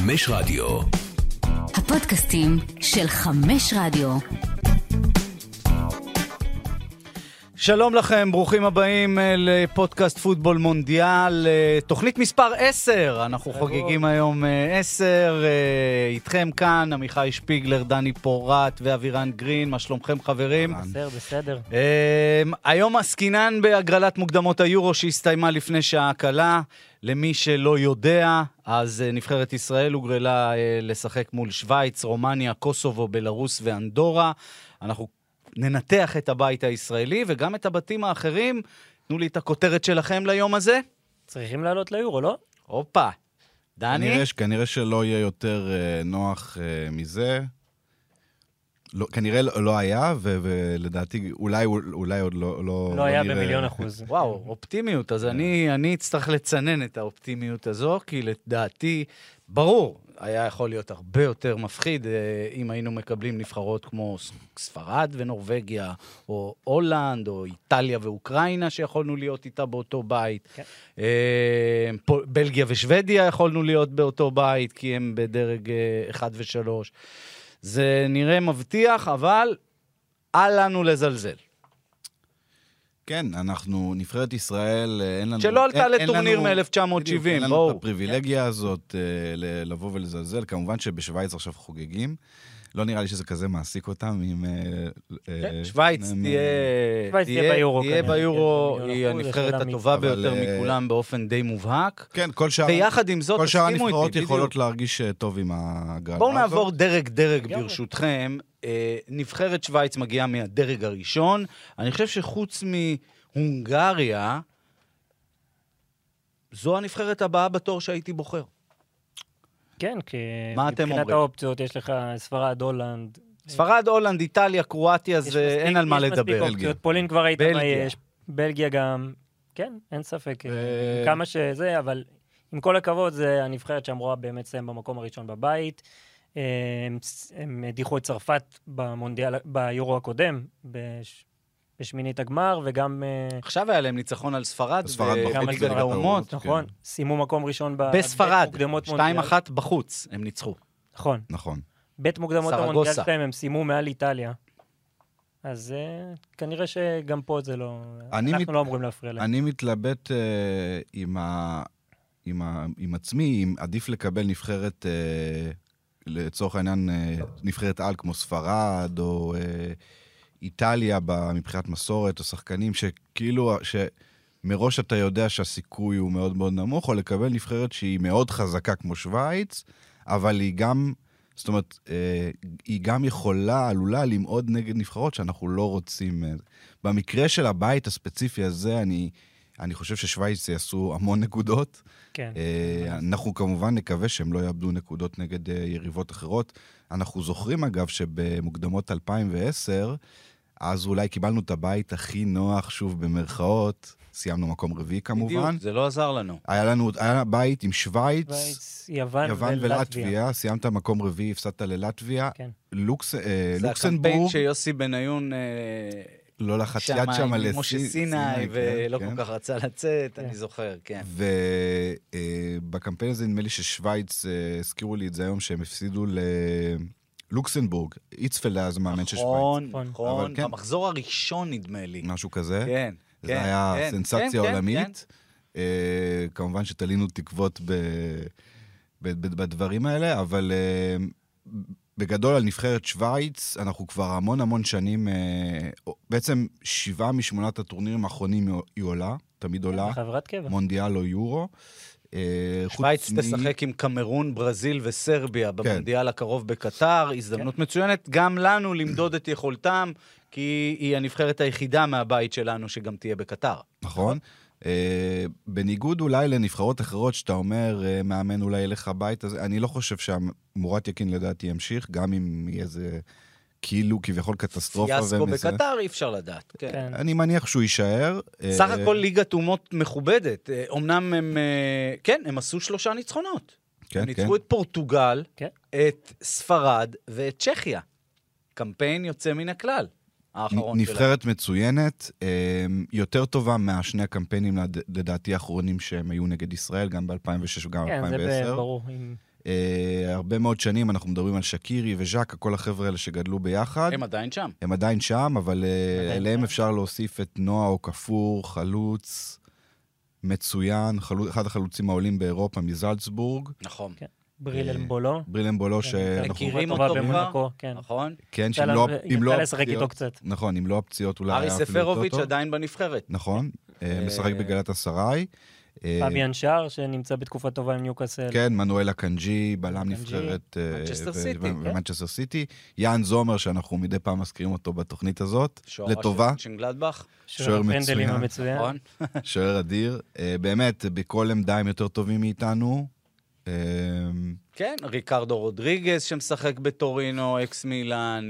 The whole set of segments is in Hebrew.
חמש רדיו. הפודקאסטים של חמש רדיו. שלום לכם, ברוכים הבאים לפודקאסט פוטבול מונדיאל, תוכנית מספר 10, אנחנו חוגגים היום 10, איתכם כאן, עמיחי שפיגלר, דני פורט ואבירן גרין, מה שלומכם חברים? בסדר. היום עסקינן בהגרלת מוקדמות היורו שהסתיימה לפני שעה קלה, למי שלא יודע, אז נבחרת ישראל הוגרלה לשחק מול שוויץ, רומניה, קוסובו, בלרוס ואנדורה, אנחנו ננתח את הבית הישראלי וגם את הבתים האחרים. תנו לי את הכותרת שלכם ליום הזה. צריכים לעלות ליורו, לא? הופה. דני? כנראה שלא יהיה יותר נוח מזה. לא, כנראה לא היה, ולדעתי אולי עוד לא היה ב1,000,000%. וואו, אופטימיות. אז אני אצטרך לצנן את האופטימיות הזו, כי לדעתי, ברור, היה יכול להיות הרבה יותר מפחיד אם היינו מקבלים נבחרות כמו ספרד ונורווגיה, או הולנד, או איטליה ואוקראינה, שיכולנו להיות איתה באותו בית. כן. בלגיה ושוודיה יכולנו להיות באותו בית, כי הם בדרג 1 ו3. זה נראה מבטיח, אבל אל לנו לזלזל. כן, אנחנו, נבחרת ישראל, אין לנו... שלא עלתה לטורניר מ-1970, אין לנו את הפריבילגיה הזאת לבוא ולזלזל. כמובן שבשוויץ עכשיו חוגגים. לא נראה לי שזה כזה מעסיק אותם עם... שוויץ תהיה ביורו, היא הנבחרת הטובה ביותר מכולם באופן די מובהק. כן, ויחד עם זאת, כל שאר הנבחרות יכולות להרגיש טוב עם הגרלה הזאת. בואו נעבור דרג ברשותכם. נבחרת שוויץ מגיעה מהדרג הראשון. אני חושב שחוץ מהונגריה, זו הנבחרת הבאה בתור שהייתי בוחר. כן, כי מבחינת האופציות יש לך ספרד, הולנד. ספרד, הולנד, איטליה, קרואטיה, זה אין על מה לדבר. יש מספיק אופציות, פולין כבר הייתה מה יש, בלגיה גם, כן, אין ספק. כמה שזה, אבל עם כל הכבוד, זה הנבחרת שאמורה באמת לסיים במקום הראשון בבית. הם הדיחו את צרפת ביורו הקודם, בשמינית הגמר, וגם... עכשיו היה להם ניצחון על ספרד בליגת האומות, נכון. סיימו מקום ראשון בספרד, 2-1 בחוץ, הם ניצחו. נכון. בית מוקדמות המונדיאל שלהם, הם סיימו מעל איטליה. אז כנראה שגם פה זה לא... אנחנו לא אמורים להפריע להם. אני מתלבט עם עצמי, אם עדיף לקבל נבחרת, לצורך העניין, נבחרת על כמו ספרד, או... איטליה מבחינת מסורת או שחקנים שכאילו, שמראש אתה יודע שהסיכוי הוא מאוד מאוד נמוך, או לקבל נבחרת שהיא מאוד חזקה כמו שוויץ, אבל היא גם, זאת אומרת, היא גם עלולה למעוד נגד נבחרות שאנחנו לא רוצים. במקרה של הבית הספציפי הזה, אני חושב ששוויץ יעשו המון נקודות. כן. אנחנו כמובן נקווה שהם לא יאבדו נקודות נגד יריבות אחרות. אנחנו זוכרים אגב שבמוקדמות 2010, אז אולי קיבלנו את הבית הכי נוח, שוב במרכאות, סיימנו מקום רביעי כמובן. בדיוק, זה לא עזר לנו. היה בית עם שוויץ, יוון ולטביה, סיימת מקום רביעי, הפסדת ללטביה, כן. לוקסנבורג. זה הקמפיין שיוסי בניון... לא לחץ יד שם על משה סיני, ולא כל כך רצה לצאת, אני זוכר, כן. ובקמפיין הזה נדמה לי ששוויץ, הזכירו לי את זה היום, שהם הפסידו ללוקסנבורג, איצפלד אז מאמן של שוויץ. נכון, במחזור הראשון נדמה לי. משהו כזה. כן. זה היה סנסציה עולמית. כמובן שתלינו תקוות בדברים האלה, אבל... בגדול על נבחרת שוויץ, אנחנו כבר המון שנים, בעצם 7 מ8 הטורנירים האחרונים היא עולה, תמיד עולה, מונדיאל או יורו. שוויץ תשחק עם קמרון, ברזיל וסרביה במונדיאל הקרוב בקטר, הזדמנות מצוינת גם לנו למדוד את יכולתם, כי היא הנבחרת היחידה מהבית שלנו שגם תהיה בקטר. נכון. בניגוד אולי לנבחרות אחרות שאתה אומר, מאמן אולי ילך הבית, אז אני לא חושב שהמורת יקין לדעתי ימשיך, גם אם יהיה איזה כאילו כביכול קטסטרופה. יסקו בקטר אי אפשר לדעת. כן. אני מניח שהוא יישאר. סך הכל ליגת אומות מכובדת. אמנם הם עשו 3 ניצחונות. הם ניצחו את פורטוגל, את ספרד ואת צ'כיה. קמפיין יוצא מן הכלל. נבחרת מצוינת, יותר טובה מהשני הקמפיינים לדעתי האחרונים שהם היו נגד ישראל, גם ב-2006 וגם ב-2010. כן, זה ברור. הרבה מאוד שנים אנחנו מדברים על שקירי וז'ק, כל החבר'ה האלה שגדלו ביחד. הם עדיין שם. הם עדיין שם, אבל אליהם אפשר להוסיף את נועה או כפור, חלוץ מצוין, אחד החלוצים העולים באירופה מזלצבורג. נכון. ברילן בולו. ברילן בולו שאנחנו מכירים אותו כבר, נכון? כן, שאם לא הפציעות, נכון, אם לא הפציעות אולי ארי ספרוביץ' עדיין בנבחרת. נכון, משחק בגלאטסראי. פאביאן שער, שנמצא בתקופה טובה עם ניוקאסל. כן, מנואל אקנג'י, בלם נבחרת ומנצ'סטר סיטי. יאן זומר, שאנחנו מדי פעם מזכירים אותו בתוכנית הזאת, לטובה. שוער מצוין. שוער אדיר. באמת, בכל עמדה הם יותר טובים מאיתנו. כן, ריקרדו רודריגז שמשחק בטורינו, אקס מילאן.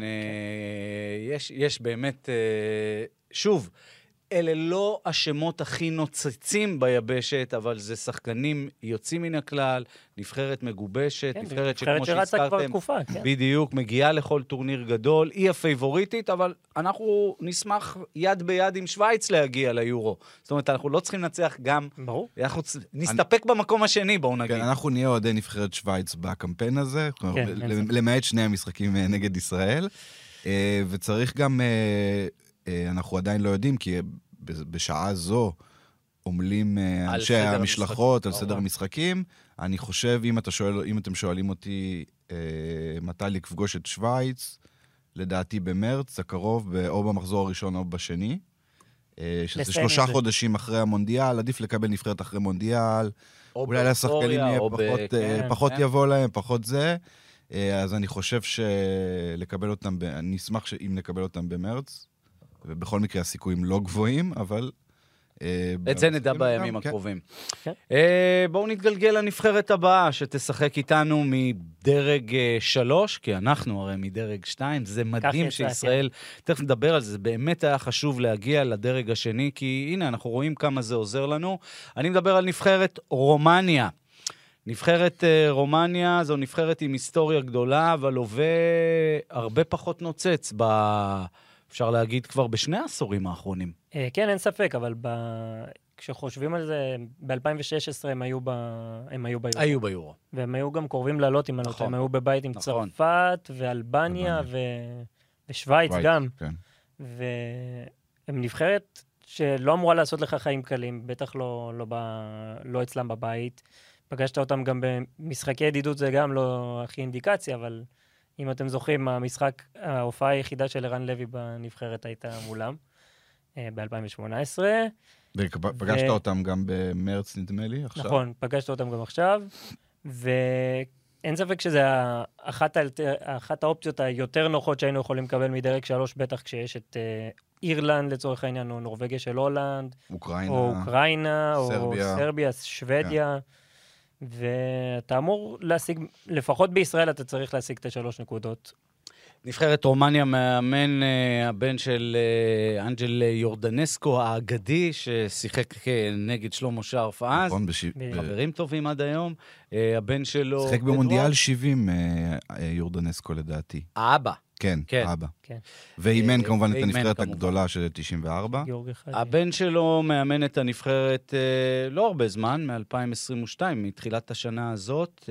יש באמת, שוב, אלה לא השמות הכי נוצצים ביבשת, אבל זה שחקנים יוצאים מן הכלל, נבחרת מגובשת, נבחרת שכמו שהזכרתם, בדיוק, מגיעה לכל טורניר גדול, היא הפייבוריטית, אבל אנחנו נשמח יד ביד עם שוויץ להגיע ליורו. זאת אומרת, אנחנו לא צריכים לנצח גם, אנחנו נסתפק במקום השני, בואו נגיד. כן, אנחנו נהיה עודי נבחרת שוויץ בקמפיין הזה, למעט שני המשחקים נגד ישראל, וצריך גם... אנחנו עדיין לא יודעים, כי בשעה זו עומלים אנשי המשלחות על סדר משחקים. אני חושב, אם אתם שואלים אותי מתי לפגוש את שוויץ, לדעתי במרץ, הקרוב, או במחזור הראשון או בשני, שזה 3 חודשים אחרי המונדיאל, עדיף לקבל נבחרת אחרי מונדיאל, אולי לשחקנים פחות יבוא להם, פחות זה. אז אני חושב שלקבל אותם, אני אשמח אם נקבל אותם במרץ, ובכל מקרה הסיכויים לא גבוהים, אבל... את זה נדע בימים הקרובים. בואו נתגלגל לנבחרת הבאה, שתשחק איתנו מדרג 3, כי אנחנו הרי מדרג 2, זה מדהים שישראל, תכף נדבר על זה, זה באמת היה חשוב להגיע לדרג השני, כי הנה, אנחנו רואים כמה זה עוזר לנו. אני מדבר על נבחרת רומניה. נבחרת רומניה זו נבחרת עם היסטוריה גדולה, אבל הווה הרבה פחות נוצץ אפשר להגיד כבר בשני העשורים האחרונים. כן, אין ספק, אבל כשחושבים על זה, ב-2016 הם היו ביורו. היו ביורו. והם היו גם קרובים לעלות עם הלוט, הם היו בבית עם צרפת ואלבניה ושוויץ גם. והם נבחרת שלא אמורה לעשות לך חיים קלים, בטח לא אצלם בבית. פגשת אותם גם במשחקי ידידות, זה גם לא הכי אינדיקציה, אבל... אם אתם זוכרים, ההופעה היחידה של ערן לוי בנבחרת הייתה מולם, ב-2018. ופגשת אותם גם במרץ, נדמה לי, עכשיו. נכון, פגשת אותם גם עכשיו, ואין ספק שזה אחת האופציות היותר נוחות שהיינו יכולים לקבל מדרג 3, בטח כשיש את אירלנד לצורך העניין, או נורווגיה של הולנד, או אוקראינה, או סרביה, שוודיה. ואתה אמור להשיג, לפחות בישראל אתה צריך להשיג את 3 נקודות. נבחרת רומניה מאמן הבן של אנג'ל יורדנסקו האגדי, ששיחק נגד שלמה שרף אז. נכון, חברים טובים עד היום. הבן שלו... שיחק במונדיאל 70 יורדנסקו לדעתי. האבא. כן, האבא. ואימן כמובן את הנבחרת הגדולה של 94. הבן שלו מאמן את הנבחרת לא הרבה זמן, מ-2022, מתחילת השנה הזאת.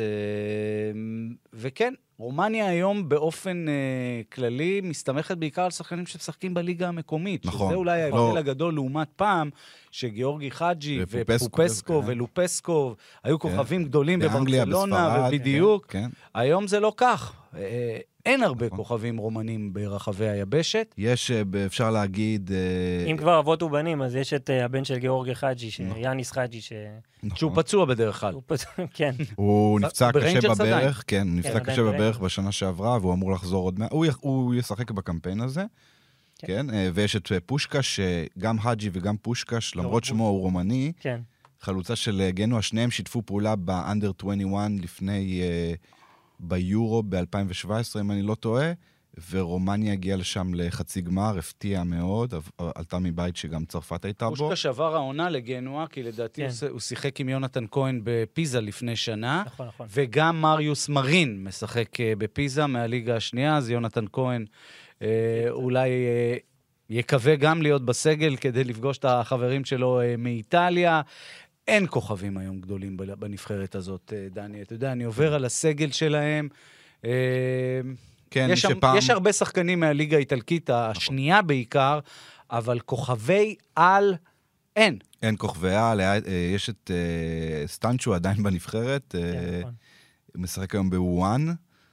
וכן, רומניה היום באופן כללי מסתמכת בעיקר על שחקנים שמשחקים בליגה המקומית. נכון. שזה אולי ההבדל הגדול לעומת פעם, שגיאורגי חאג'י ופופסקו ולופסקו היו כוכבים גדולים בברצלונה, ובדיוק. היום זה לא כך. אין הרבה כוכבים רומנים ברחבי היבשת. יש, אפשר להגיד... אם כבר אבות ובנים, אז יש את הבן של גיאורגי חאג'י, יאניס חאג'י, שהוא פצוע בדרך כלל. כן. הוא נפצע קשה בברך, כן, הוא נפצע קשה בברך בשנה שעברה, והוא אמור לחזור עוד מעט. הוא ישחק בקמפיין הזה, כן, ויש את פושקש, שגם חאג'י וגם פושקש, למרות שמו הוא רומני, חלוצה של גנוע, שניהם שיתפו פעולה באנדר 21 לפני... ביורו ב-2017, אם אני לא טועה, ורומניה הגיעה לשם לחצי גמר, הפתיע מאוד, עלתה מבית שגם צרפת הייתה בו. פושקש עבר העונה לגנוע, כי לדעתי הוא שיחק עם יונתן כהן בפיזה לפני שנה, וגם מריוס מרין משחק בפיזה מהליגה השנייה, אז יונתן כהן אולי יקווה גם להיות בסגל כדי לפגוש את החברים שלו מאיטליה. אין כוכבים היום גדולים בנבחרת הזאת, דני. אתה יודע, אני עובר על הסגל שלהם. כן, יש הרבה שחקנים מהליגה האיטלקית, השנייה בעיקר, אבל כוכבי על אין. אין כוכבי על, יש את סטנצ'ו עדיין בנבחרת, הוא משחק היום בוואן,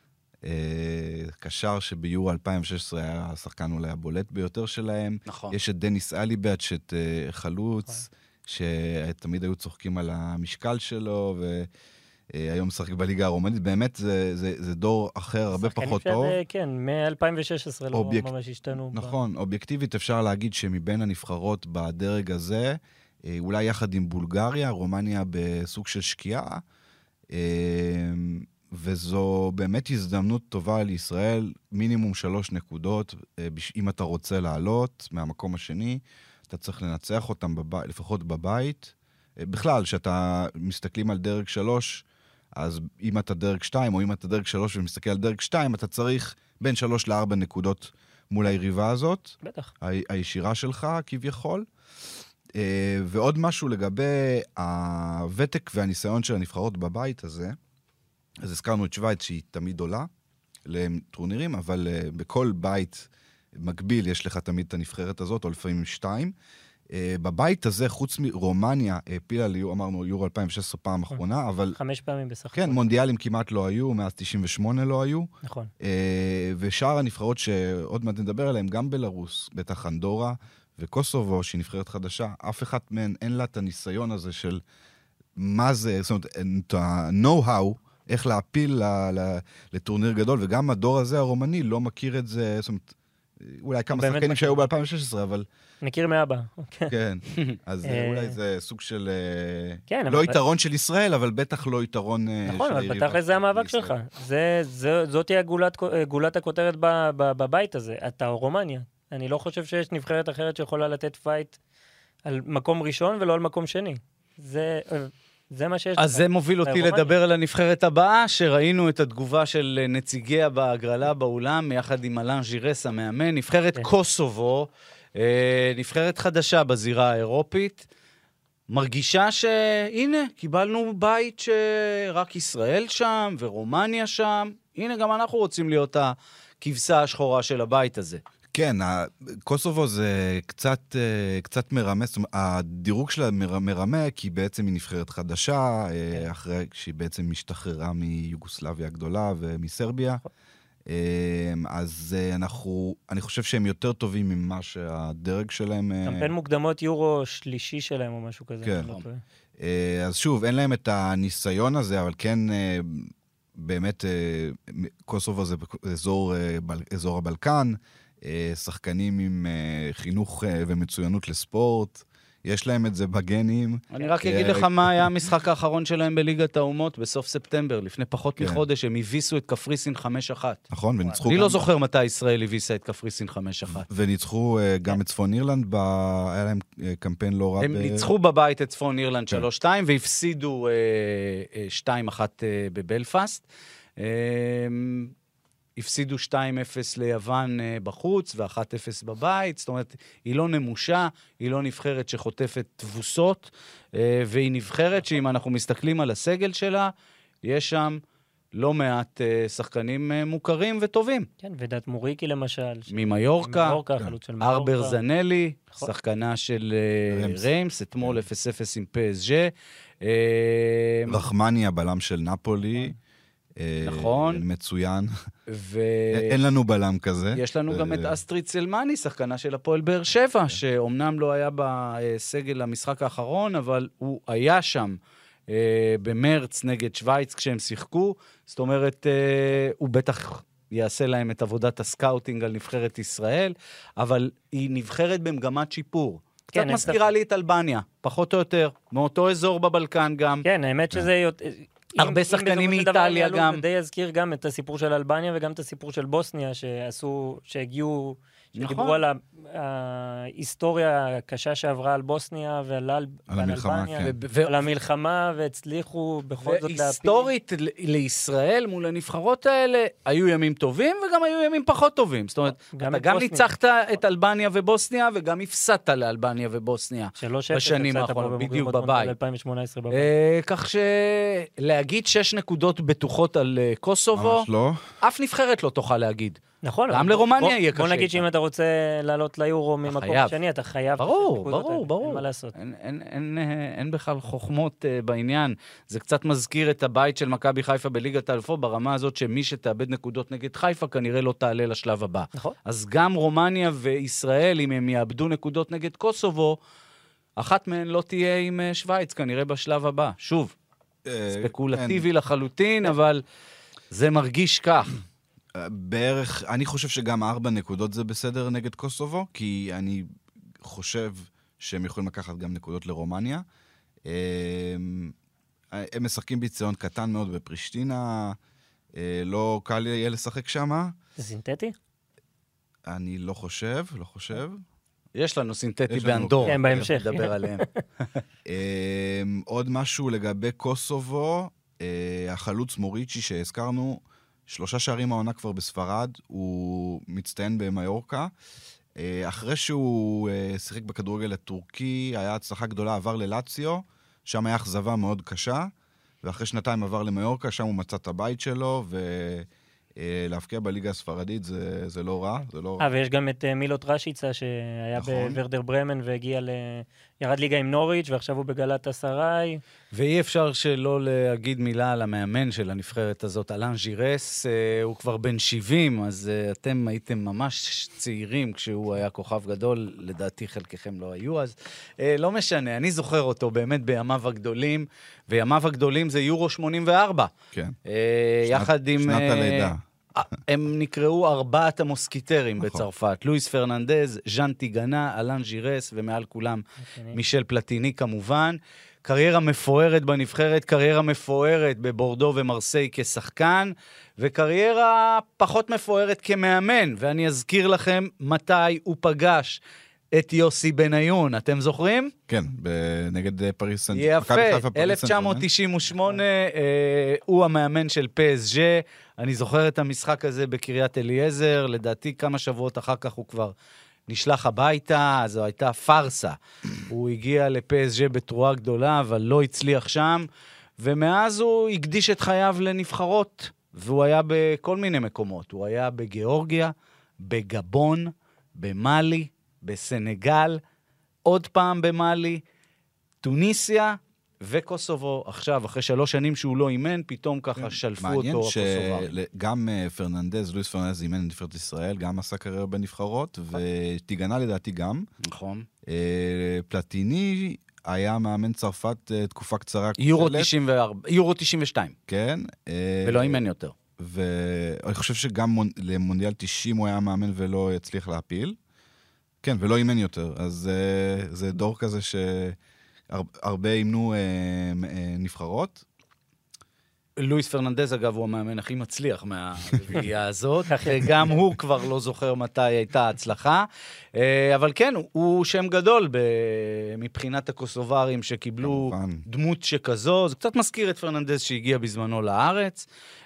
קשר שביורו 2016 היה השחקן אולי הבולט ביותר שלהם. נכון. יש את דניס אליבאץ', את חלוץ, שתמיד היו צוחקים על המשקל שלו, והיום משחק בליגה הרומנית. באמת זה דור אחר, הרבה פחות טוב. כן, מ-2016 לא ממש השתנו. נכון, אובייקטיבית אפשר להגיד שמבין הנבחרות בדרג הזה, אולי יחד עם בולגריה, רומניה בסוג של שקיעה, וזו באמת הזדמנות טובה לישראל, מינימום 3 נקודות, אם אתה רוצה לעלות מהמקום השני, אתה צריך לנצח אותם לפחות בבית. בכלל, כשאתה מסתכלים על דרג 3, אז אם אתה דרג 2, או אם אתה דרג 3 ומסתכל על דרג 2, אתה צריך בין 3 ל-4 נקודות מול היריבה הזאת. בטח. הישירה שלך, כביכול. ועוד משהו לגבי הוותק והניסיון של הנבחרות בבית הזה, אז הזכרנו את שוויץ שהיא תמיד עולה לטורנירים, אבל בכל בית מקביל יש לך תמיד את הנבחרת הזאת, או לפעמים 2. בבית הזה, חוץ מרומניה, העפילה לי, אמרנו, יורו 2016 פעם אחרונה, אבל... 5 פעמים בסך הכל. כן, מונדיאלים כמעט לא היו, מאז 98 לא היו. נכון. ושאר הנבחרות שעוד מעט נדבר עליהן, גם בלרוס, בטח אנדורה וקוסובו, שהיא נבחרת חדשה, אף אחת מהן אין לה את הניסיון הזה של מה זה, זאת אומרת, את ה-know-how, איך להפיל לטורניר גדול, וגם הדור הזה, הרומני, לא מכיר את זה, זאת אומרת, אולי כמה שחקנים שהיו ב-2016, אבל... מכיר מאבא. כן, אז אולי זה סוג של... לא יתרון של ישראל, אבל בטח לא יתרון של היריבה. נכון, אבל בטח זה המאבק שלך. זאת תהיה גולת הכותרת בבית הזה. אתה רומניה. אני לא חושב שיש נבחרת אחרת שיכולה לתת פייט על מקום ראשון ולא על מקום שני. זה מה שיש. אז זה מוביל אותי לדבר על הנבחרת הבאה, שראינו את התגובה של נציגיה בהגרלה באולם, יחד עם אלן ז'ירס המאמן, נבחרת קוסובו, נבחרת חדשה בזירה האירופית, מרגישה שהנה, קיבלנו בית שרק ישראל שם ורומניה שם, הנה גם אנחנו רוצים להיות הכבשה השחורה של הבית הזה. כן, קוסובו זה קצת מרמה, זאת אומרת, הדירוג שלה מרמה, כי בעצם היא נבחרת חדשה, אחרי שהיא בעצם משתחררה מיוגוסלביה הגדולה ומסרביה, אז אני חושב שהם יותר טובים ממה שהדרג שלהם... קמפיין מוקדמות יורו שלישי שלהם או משהו כזה. כן. אז שוב, אין להם את הניסיון הזה, אבל כן... באמת, קוסובו זה אזור הבלקן, שחקנים עם חינוך ומצוינות לספורט, יש להם את זה בגנים. אני רק אגיד לך מה היה המשחק האחרון שלהם בליגת האומות בסוף ספטמבר, לפני פחות מחודש, הם הביסו את קפריסין 5-1. נכון, וניצחו... אני לא זוכר מתי ישראל הביסה את קפריסין 5-1. וניצחו גם את צפון אירלנד, היה להם קמפיין לא רע. הם ניצחו בבית את צפון אירלנד 3-2, והפסידו 2-1 בבלפאסט. הפסידו 2-0 ליוון בחוץ ו1-0 בבית, זאת אומרת, היא לא נמושה, היא לא נבחרת שחוטפת תבוסות, והיא נבחרת שאם אנחנו מסתכלים על הסגל שלה, יש שם לא מעט שחקנים מוכרים וטובים. כן, ודת מוריקי למשל. ממיורקה, חלוץ של ארבר זנלי, שחקנה של ריימס, אתמול 0-0 עם PSG. רחמני, הבלם של נפולי. נכון. מצוין. אין לנו בלם כזה. יש לנו גם את אסטריד סלמני, שחקנה של הפועל באר שבע, שאומנם לא היה בסגל המשחק האחרון, אבל הוא היה שם במרץ נגד שוויץ כשהם שיחקו. זאת אומרת, הוא בטח יעשה להם את עבודת הסקאוטינג על נבחרת ישראל, אבל היא נבחרת במגמת שיפור. קצת מזכירה לי את אלבניה, פחות או יותר, מאותו אזור בבלקן גם. כן, האמת שזה... הרבה שחקנים מאיטליה גם. זה די יזכיר גם את הסיפור של אלבניה וגם את הסיפור של בוסניה, שהגיעו שדיברו על ההיסטוריה הקשה שעברה על בוסניה ועל אלבניה, ועל המלחמה, והצליחו בכל זאת להפיל. והיסטורית לישראל מול הנבחרות האלה, היו ימים טובים וגם היו ימים פחות טובים. זאת אומרת, אתה גם ניצחת את אלבניה ובוסניה, וגם הפסדת לאלבניה ובוסניה בשנים האחרונות, בדיוק בבית. כך שלהגיד 6 נקודות בטוחות על קוסובו, אף נבחרת לא תוכל להגיד. נכון. גם לרומניה יהיה קשה. בוא נגיד שאם אתה רוצה לעלות ליורו ממקום שני, אתה חייב. ברור. אין מה לעשות. אין בכלל חוכמות בעניין. זה קצת מזכיר את הבית של מכבי חיפה בליגת האלופות, ברמה הזאת שמי שתאבד נקודות נגד חיפה, כנראה לא תעלה לשלב הבא. נכון. אז גם רומניה וישראל, אם הם יאבדו נקודות נגד קוסובו, אחת מהן לא תהיה עם שוויץ, כנראה בשלב הבא. שוב, ספקולטיבי לחלוטין, אבל זה מרגיש כך. בערך, אני חושב שגם 4 נקודות זה בסדר נגד קוסובו, כי אני חושב שהם יכולים לקחת גם נקודות לרומניה. הם משחקים ביציון קטן מאוד בפרישטינה, לא קל יהיה לשחק שם. זה סינתטי? אני לא חושב. יש לנו סינתטי באנדור. כן, בהמשך. נדבר עליהם. עוד משהו לגבי קוסובו, החלוץ מוריצ'י שהזכרנו, 3 שערים העונה כבר בספרד, הוא מצטיין במיורקה. אחרי שהוא שיחק בכדורגל הטורקי, היה הצלחה גדולה, עבר ללאציו, שם היה אכזבה מאוד קשה, ואחרי 2 עבר למיורקה, שם הוא מצא את הבית שלו, ולהפקיע בליגה הספרדית זה לא רע. ויש גם את מילוט רשיצה, שהיה בוורדר ברמן, והגיע ירד ליגה עם נוריץ', ועכשיו הוא בגלת הסראי. ואי אפשר שלא להגיד מילה על המאמן של הנבחרת הזאת, אלן ז'ירס, הוא כבר בן 70, אז אתם הייתם ממש צעירים כשהוא היה כוכב גדול, לדעתי חלקכם לא היו, אז לא משנה, אני זוכר אותו באמת בימיו הגדולים, וימיו הגדולים זה יורו 84. כן. יחד עם... שנת הלידה. הם נקראו 4 המוסקיטרים בצרפת, לואיס פרננדז, ז'אן טיגנה, אלן ז'ירס, ומעל כולם מישל פלטיני כמובן. קריירה מפוארת בנבחרת, קריירה מפוארת בבורדו ומרסיי כשחקן, וקריירה פחות מפוארת כמאמן, ואני אזכיר לכם מתי הוא פגש את יוסי בניון, אתם זוכרים? כן, נגד פריס סן ג'רמן. יפה, 1998, הוא המאמן של PSG, אני זוכר את המשחק הזה בקריית אליעזר, לדעתי כמה שבועות אחר כך הוא כבר נשלח הביתה, אז זו הייתה פרסה. הוא הגיע ל-PSG בתרועה גדולה, אבל לא הצליח שם, ומאז הוא הקדיש את חייו לנבחרות, והוא היה בכל מיני מקומות. הוא היה בגיאורגיה, בגבון, במאלי, בסנגל, עוד פעם במאלי, טוניסיה וקוסובו. עכשיו, אחרי 3 שנים שהוא לא אימן, פתאום ככה שלפו אותו הקוסובר. מעניין שגם פרננדז, לואיס פרננדז אימן נבחרת ישראל, גם עשה קריירה בנבחרות, ותיגנה לדעתי גם. נכון. פלטיני היה מאמן צרפת תקופה קצרה. יורו 92. כן. ולא אימן יותר. ואני חושב שגם למונדיאל 90 הוא היה מאמן ולא יצליח להפיל. כן, ולא אימן יותר. אז זה דור כזה שהרבה אימנו נבחרות. לואיס פרננדז, אגב, הוא המאמן הכי מצליח מהרביעייה הזאת, וגם הוא כבר לא זוכר מתי הייתה ההצלחה. אבל כן, הוא שם גדול מבחינת הקוסוברים שקיבלו דמות שכזו. זה קצת מזכיר את פרננדז שהגיע בזמנו לארץ.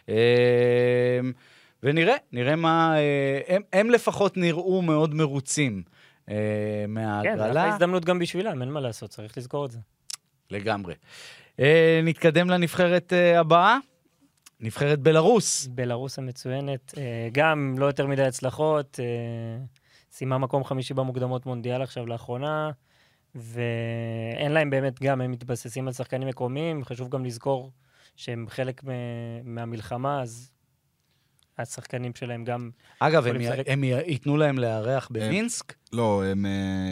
ונראה מה... הם לפחות נראו מאוד מרוצים מההגרלה. כן, זה הזדמנות גם בשבילם, אין מה לעשות, צריך לזכור את זה. לגמרי. נתקדם לנבחרת הבאה, נבחרת בלרוס. בלרוס המצוינת, גם לא יותר מדי הצלחות, סיימה מקום 5 במוקדמות מונדיאל עכשיו לאחרונה, ואין להם באמת גם, הם מתבססים על שחקנים מקומיים, חשוב גם לזכור שהם חלק מהמלחמה, אז השחקנים שלהם גם... אגב, הם ייתנו להם לארח במינסק? לא, הם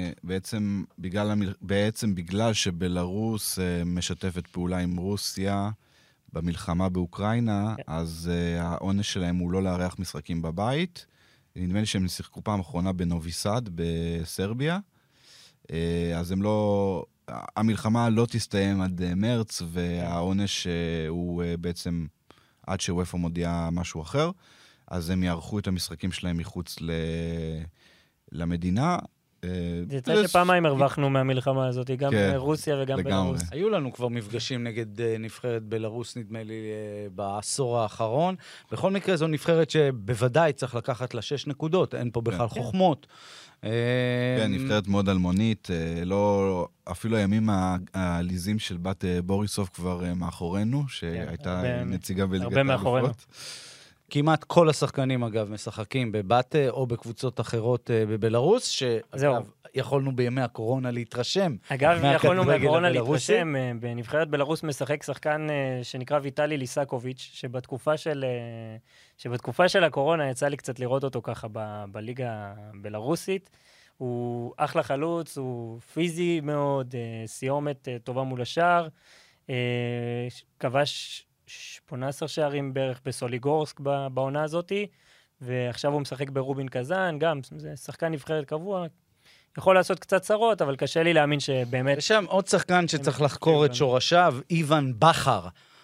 בעצם בגלל שבלרוס משתפת פעולה עם רוסיה במלחמה באוקראינה, אז העונש שלהם הוא לא לארח משחקים בבית. נדמה לי שהם שיחקו פעם אחרונה בנוביסד בסרביה, אז הם לא... המלחמה לא תסתיים עד מרץ, והעונש הוא בעצם... עד שוופא מודיע משהו אחר, אז הם יערכו את המשחקים שלהם מחוץ למדינה. זה יצא שפעמיים הרווחנו מהמלחמה הזאת, גם רוסיה וגם בלרוס. היו לנו כבר מפגשים נגד נבחרת בלרוס, נדמה לי, בעשור האחרון. בכל מקרה, זו נבחרת שבוודאי צריך לקחת לה 6 נקודות, אין פה בכלל חוכמות. כן, נבחרת מאוד אלמונית, אפילו הימים העליזים של בת בוריסוב כבר מאחורינו, שהייתה נציגה בליגת האלופות. כמעט כל השחקנים, אגב, משחקים בבטה או בקבוצות אחרות בבלרוס, שאגב, יכולנו בימי הקורונה להתרשם. אגב, יכולנו מהקורונה להתרשם, בנבחרת בלרוס משחק שחקן שנקרא ויטלי ליסקוביץ', שבתקופה של הקורונה יצא לי קצת לראות אותו ככה בליגה הבלרוסית. הוא אחלה חלוץ, הוא פיזי מאוד, סיומת טובה מול השער, כבש 18 שערים בערך בסוליגורסק בעונה הזאת, ועכשיו הוא משחק ברובין קזאן, גם זה שחקן נבחרת קבוע, יכול לעשות קצת צרות, אבל קשה לי להאמין שבאמת... יש שם עוד שחקן שצריך לחקור את שורשיו, איוון בחר.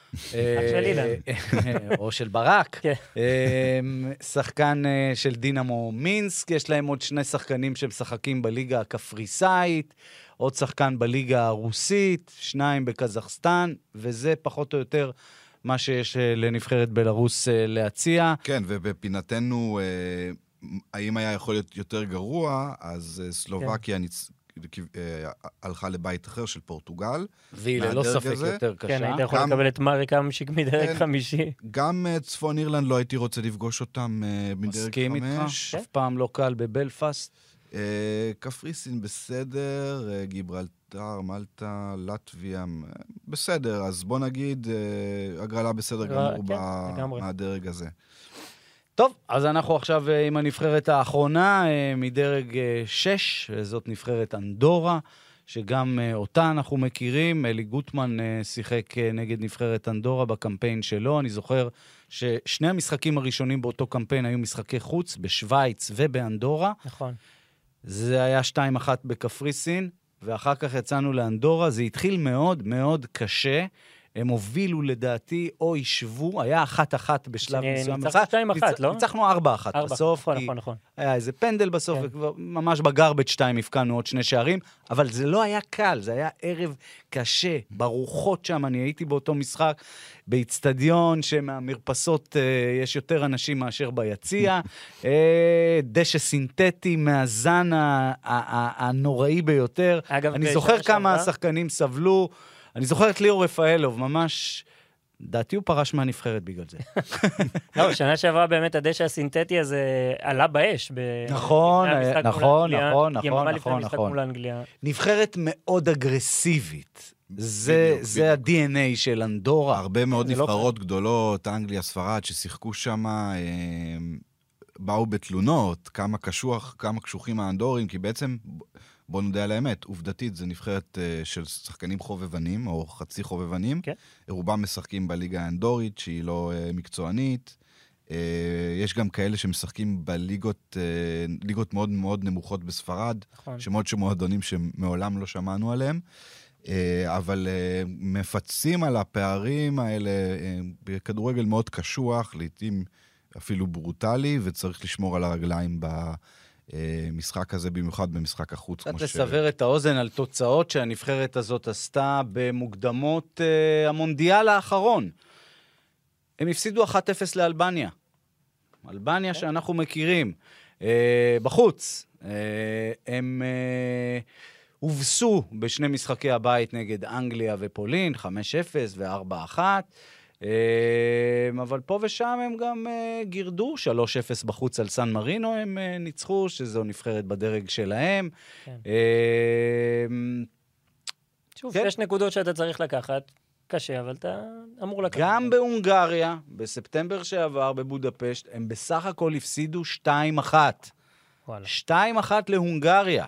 או של ברק. שחקן של דינמו מינסק, יש להם עוד 2 שחקנים שמשחקים בליגה הקפריסאית, עוד שחקן בליגה הרוסית, 2 בקזחסטן, וזה פחות או יותר מה שיש לנבחרת בלרוס להציע. כן, ובפינתנו, האם היה יכול להיות יותר גרוע, אז סלובקיה הלכה לבית אחר של פורטוגל. והיא ללא ספק יותר קשה. כן, היית יכול לקבל את מאריק אמשיק מדרג 5. גם צפון אירלנד לא הייתי רוצה לפגוש אותם מדרג 5. מסכים איתך, אף פעם לא קל בבלפאסט. קפריסין בסדר, גיברלטר, מלטה, לטביה, בסדר, אז בוא נגיד, הגרלה בסדר גמור מהדרג הזה. טוב, אז אנחנו עכשיו עם הנבחרת האחרונה, מדרג 6, זאת נבחרת אנדורה, שגם אותה אנחנו מכירים. אלי גוטמן שיחק נגד נבחרת אנדורה בקמפיין שלו. אני זוכר ששני המשחקים הראשונים באותו קמפיין היו משחקי חוץ, בשוויץ ובאנדורה. נכון. זה היה 2-1 בקפריסין, ואחר כך יצאנו לאנדורה. זה התחיל מאוד מאוד קשה. הם הובילו לדעתי, או ישבו, היה 1-1 בשלב מסוים. ניצחנו 2-1, לא? ניצחנו 4-1 בסוף. נכון. היה איזה פנדל בסוף, ממש בגרבג' 2 הפקענו עוד 2 שערים, אבל זה לא היה קל, זה היה ערב קשה, ברוחות שם, אני הייתי באותו משחק, באצטדיון שמהמרפסות יש יותר אנשים מאשר ביציע, דשא סינתטי מהזן הנוראי ביותר. אני זוכר כמה השחקנים סבלו, אני זוכר את ליאור רפאלוב, ממש, דעתי הוא פרש מהנבחרת בגלל זה. לא, שנה שעברה באמת הדשא הסינתטי הזה עלה באש. נכון. נבחרת מאוד אגרסיבית. זה ה-DNA של אנדורה. הרבה מאוד נבחרות גדולות, אנגליה, ספרד, ששיחקו שם, באו בתלונות, כמה קשוחים האנדורים, כי בעצם... בוא נודע על האמת, עובדתית זה נבחרת של שחקנים חובבנים, או חצי חובבנים. רובם משחקים בליגה האנדורית, שהיא לא מקצוענית. יש גם כאלה שמשחקים בליגות מאוד מאוד נמוכות בספרד, שמות שמועדונים שמעולם לא שמענו עליהם, אבל מפצים על הפערים האלה בכדורגל מאוד קשוח, לעתים אפילו ברוטלי, וצריך לשמור על הרגליים משחק הזה, במיוחד במשחק החוץ. קצת לסבר את האוזן על תוצאות שהנבחרת הזאת עשתה במוקדמות המונדיאל האחרון. הם הפסידו 1-0 לאלבניה. אלבניה שאנחנו מכירים. בחוץ. הם הובסו בשני משחקי הבית נגד אנגליה ופולין, 5-0 ו-4-1. אבל פה ושם הם גם גירדו, 3-0 בחוץ על סן מרינו הם ניצחו, שזו נבחרת בדרג שלהם. שוב, 6 נקודות שאתה צריך לקחת, קשה, אבל אתה אמור לקחת. גם בהונגריה, בספטמבר שעבר בבודפשט, הם בסך הכל הפסידו 2-1. 2-1 להונגריה.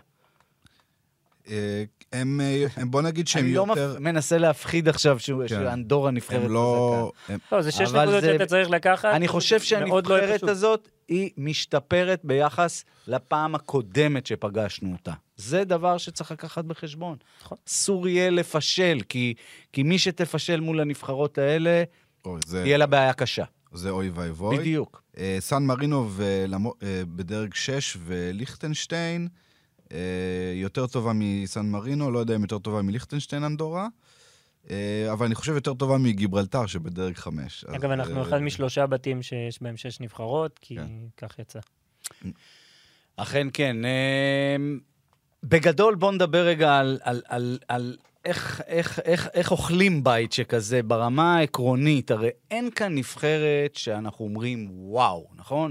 בוא נגיד שהם יותר... אני לא מנסה להפחיד עכשיו שאנדורה נבחרת חזקה. לא, זה 6 נקודות שאתה צריך לקחת. אני חושב שהנבחרת הזאת היא משתפרת ביחס לפעם הקודמת שפגשנו אותה. זה דבר שצריך לקחת בחשבון. אסור יהיה לפשל, כי מי שתפשל מול הנבחרות האלה, תהיה לה בעיה קשה. זה אוי ואבוי. בדיוק. סן מרינו בדרג 6 וליכטנשטיין, יותר טובה מסן מרינו, לא יודע אם יותר טובה מליכטנשטיין אנדורה, אבל אני חושב יותר טובה מגיברלטר שבדרג 5. אגב, אנחנו אחד משלושה בתים שיש בהם 6 נבחרות, כי כך יצא. אכן כן. בגדול בוא נדבר רגע על איך אוכלים בית שכזה ברמה העקרונית. הרי אין כאן נבחרת שאנחנו אומרים וואו, נכון?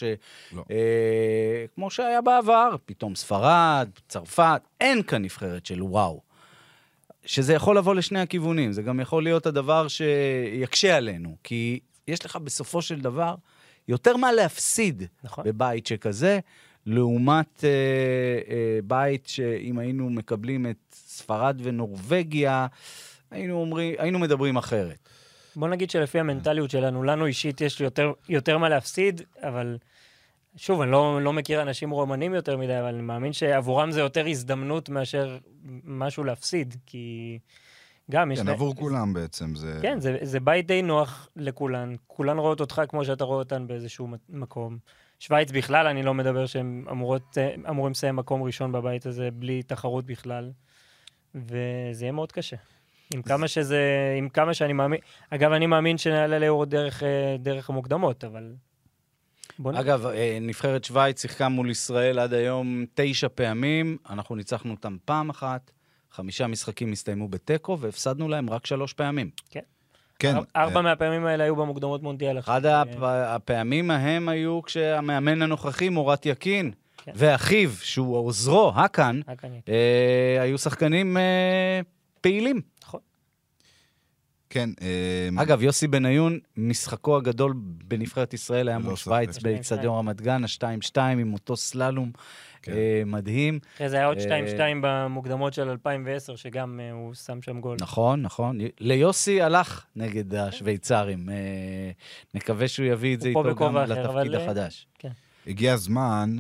כמו שהיה בעבר, פתאום ספרד, צרפת, אין כאן נבחרת של וואו. שזה יכול לבוא לשני הכיוונים, זה גם יכול להיות הדבר שיקשה עלינו, כי יש לך בסופו של דבר יותר מה להפסיד בבית שכזה, לעומת בית שאם היינו מקבלים את ספרד ונורווגיה, היינו מדברים אחרת. בוא נגיד שלפי המנטליות שלנו, לנו אישית יש יותר מה להפסיד, אבל שוב, אני לא מכיר אנשים רומנים יותר מדי, אבל אני מאמין שעבורם זה יותר הזדמנות מאשר משהו להפסיד, כי גם יש... כן, עבור כולם בעצם זה... כן, זה בית די נוח לכולן. כולן רואות אותך כמו שאתה רואה אותן באיזשהו מקום. שוויץ בכלל, אני לא מדבר שהם אמורים לסיים מקום ראשון בבית הזה, בלי תחרות בכלל. וזה יהיה מאוד קשה. עם כמה שאני מאמין... אגב, אני מאמין שנעלה לאירו דרך המוקדמות, אבל... אגב, נבחרת שוויץ שיחקה מול ישראל עד היום 9 פעמים, אנחנו ניצחנו אותם פעם אחת, 5 משחקים הסתיימו בטקו, והפסדנו להם רק 3 פעמים. כן. כן. 4 מהפעמים האלה היו במוקדמות מונדיאל. אחד הפעמים ההם היו כשהמאמן הנוכחי, מורת יקין, ואחיו, שהוא עוזרו, הקן, היו שחקנים פעילים. נכון. כן. אגב, יוסי בניון, משחקו הגדול בנבחרת ישראל היה מול שוויץ באצטדיון רמת גן, 2-2 עם אותו סללום מדהים. אחרי זה היה עוד 2-2 במוקדמות של 2010, שגם הוא שם שם גול. נכון, נכון. ליוסי הלך נגד השוויצרים. נקווה שהוא יביא את זה איתו גם לתפקיד החדש. הגיע הזמן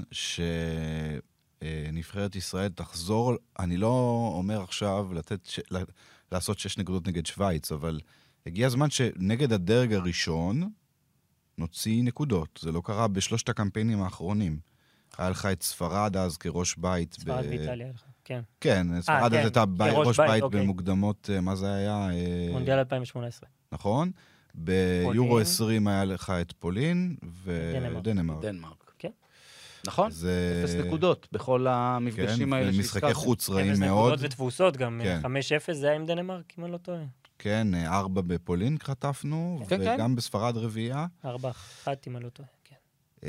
שנבחרת ישראל תחזור, אני לא אומר עכשיו לעשות 6 נקודות נגד שוויץ, אבל הגיע הזמן שנגד הדרג הראשון נוציא נקודות. זה לא קרה בשלושת הקמפיינים האחרונים. היה לך את ספרד אז כראש בית. ספרד ואיטליה, כן. כן, ספרד אז הייתה ראש בית במוקדמות, מה זה היה? מונדיאל 2018. נכון. ביורו 20 היה לך את פולין ודנמרק. נכון? 0 נקודות בכל המפגשים האלה שהזכרתי. משחקי חוץ רעים מאוד. 0 נקודות ותפוסות, גם 5-0 זה היה עם דנמרק, אם אני לא טועה. כן, 4 בפולין חטפנו, וגם בספרד רביעייה. 4-1 אם אני לא טועה, כן.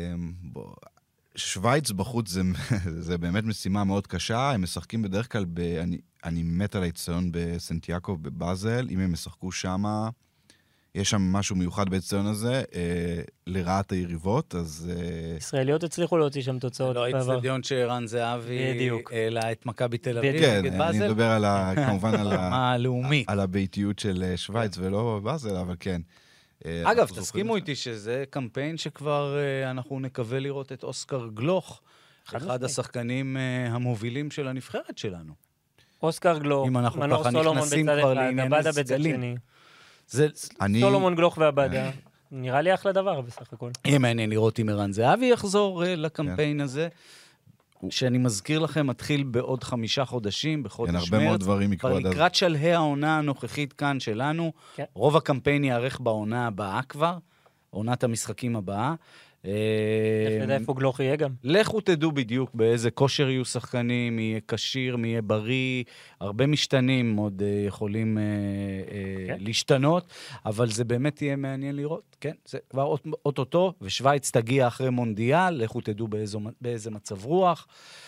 שוויץ בחוץ זה באמת משימה מאוד קשה, הם משחקים בדרך כלל, אני מת על האצטדיון בסנטיאקו בבאזל, אם הם משחקו שמה, יש שם משהו מיוחד באצטדיון הזה, לרעת היריבות, אז... ישראליות הצליחו להוציא שם תוצאות. לא האצטדיון שערן זהבי העלה את מכבי תל אביב נגד באזל? כן, אני מדבר כמובן על הביתיות של שוויץ ולא באזל, אבל כן. אגב, תסכימו איתי שזה קמפיין שכבר אנחנו נקווה לראות את אוסקר גלוך, אחד השחקנים המובילים של הנבחרת שלנו. אוסקר גלוך, מנור סולומון בצד אחד, עבדה בצד שני. סולומון גלוך ועבדה. נראה לי אחלה דבר בסך הכל. יהיה מעניין לראות אם ערן זהבי יחזור לקמפיין הזה. שאני מזכיר לכם, מתחיל בעוד 5 חודשים, בחודש מרץ. הרבה מאוד דברים יקרו עד אז. לקראת שלהי העונה הנוכחית כאן שלנו, רוב הקמפיין יערך בעונה הבאה כבר, עונת המשחקים הבאה. איך נדע איפה גלוך יהיה גם? לכו תדעו בדיוק באיזה כושר יהיו שחקנים, מי יהיה קשיר, מי יהיה בריא, הרבה משתנים עוד יכולים להשתנות, אבל זה באמת יהיה מעניין לראות, כן, זה כבר אוטוטו, ושוויץ תגיע אחרי מונדיאל, לכו תדעו באיזה מצב רוח.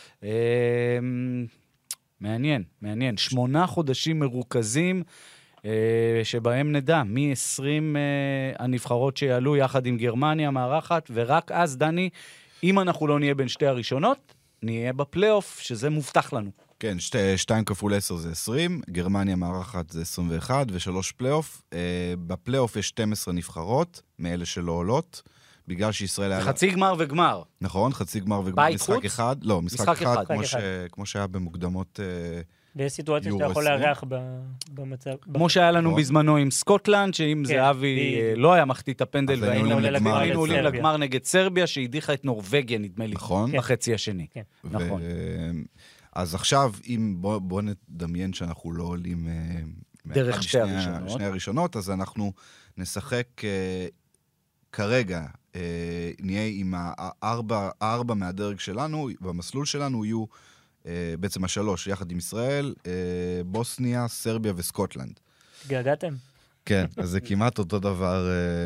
מעניין, מעניין. 8 חודשים מרוכזים, שבהם נדע מ-20 הנבחרות שיעלו יחד עם גרמניה מארחת, ורק אז, דני, אם אנחנו לא נהיה בין שתי הראשונות, נהיה בפלייאוף, שזה מובטח לנו. כן, 2 כפול 10 זה 20, גרמניה מארחת זה 21, ו3 פלייאוף. בפלייאוף יש 12 נבחרות, מאלה שלא עולות, בגלל שישראל... חצי גמר וגמר. נכון, חצי גמר וגמר. בית חוץ? משחק אחד, לא, משחק אחד, כמו שהיה במוקדמות ויש סיטואציה שאתה יכול לארח במצב... כמו שהיה לנו בזמנו עם סקוטלנד, שאם זהבי לא היה מחטיא את הפנדל, והיינו עולים לגמר נגד סרביה, שהדיחה את נורווגיה, נדמה לי, בחצי השני. נכון. אז עכשיו, בוא נדמיין שאנחנו לא עולים... דרך שני הראשונות, אז אנחנו נשחק כרגע, נהיה עם הארבע מהדרג שלנו, במסלול שלנו יהיו בעצם השלוש, יחד עם ישראל, בוסניה, סרביה וסקוטלנד. געגעתם? כן, אז זה כמעט אותו דבר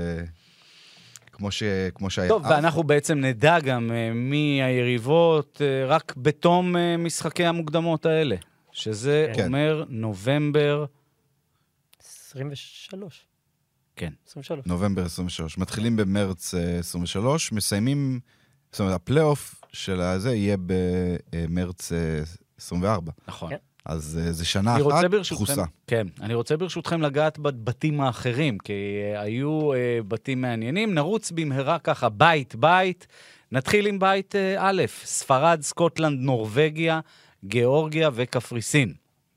כמו שהיה. טוב, ואנחנו בעצם נדע גם מי היריבות רק בתום משחקי המוקדמות האלה, שזה אומר נובמבר 23. כן. 23. נובמבר 23. מתחילים במרץ 23, מסיימים, זאת אומרת, הפלייאוף של הזה יהיה במרץ 24. נכון. כן. אז זה שנה אחת דחוסה. כן, אני רוצה ברשותכם לגעת בבתים האחרים, כי היו בתים מעניינים. נרוץ במהרה ככה בית. נתחיל עם בית א', ספרד, סקוטלנד, נורווגיה, גיאורגיה וקפריסין.